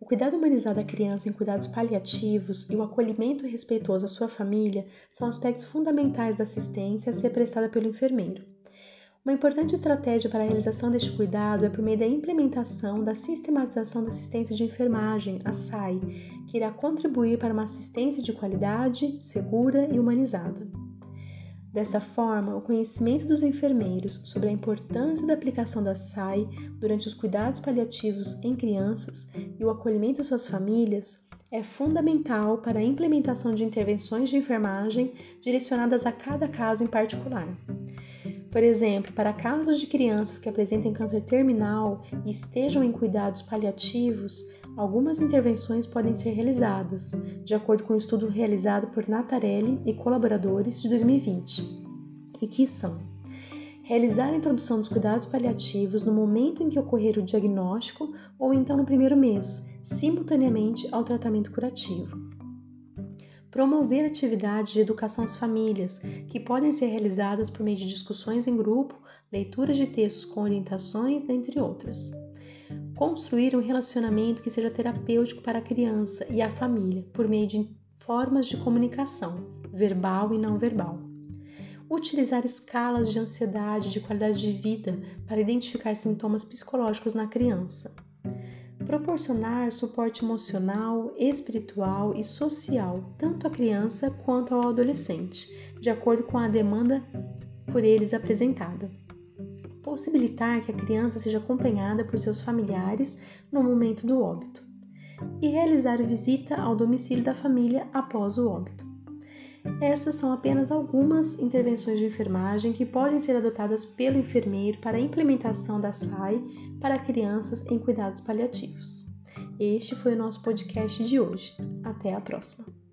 cuidado humanizado da criança em cuidados paliativos e o acolhimento respeitoso à sua família são aspectos fundamentais da assistência a ser prestada pelo enfermeiro. Uma importante estratégia para a realização deste cuidado é por meio da implementação da sistematização da assistência de enfermagem, a SAI, que irá contribuir para uma assistência de qualidade, segura e humanizada. Dessa forma, o conhecimento dos enfermeiros sobre a importância da aplicação da SAI durante os cuidados paliativos em crianças e o acolhimento de suas famílias é fundamental para a implementação de intervenções de enfermagem direcionadas a cada caso em particular. Por exemplo, para casos de crianças que apresentem câncer terminal e estejam em cuidados paliativos, algumas intervenções podem ser realizadas, de acordo com o estudo realizado por Natarelli e colaboradores de 2020, e que são: realizar a introdução dos cuidados paliativos no momento em que ocorrer o diagnóstico ou então no primeiro mês, simultaneamente ao tratamento curativo. Promover atividades de educação às famílias, que podem ser realizadas por meio de discussões em grupo, leituras de textos com orientações, dentre outras. Construir um relacionamento que seja terapêutico para a criança e a família, por meio de formas de comunicação, verbal e não verbal. Utilizar escalas de ansiedade e de qualidade de vida para identificar sintomas psicológicos na criança. Proporcionar suporte emocional, espiritual e social, tanto à criança quanto ao adolescente, de acordo com a demanda por eles apresentada. Possibilitar que a criança seja acompanhada por seus familiares no momento do óbito. E realizar visita ao domicílio da família após o óbito. Essas são apenas algumas intervenções de enfermagem que podem ser adotadas pelo enfermeiro para a implementação da SAI para crianças em cuidados paliativos. Este foi o nosso podcast de hoje. Até a próxima!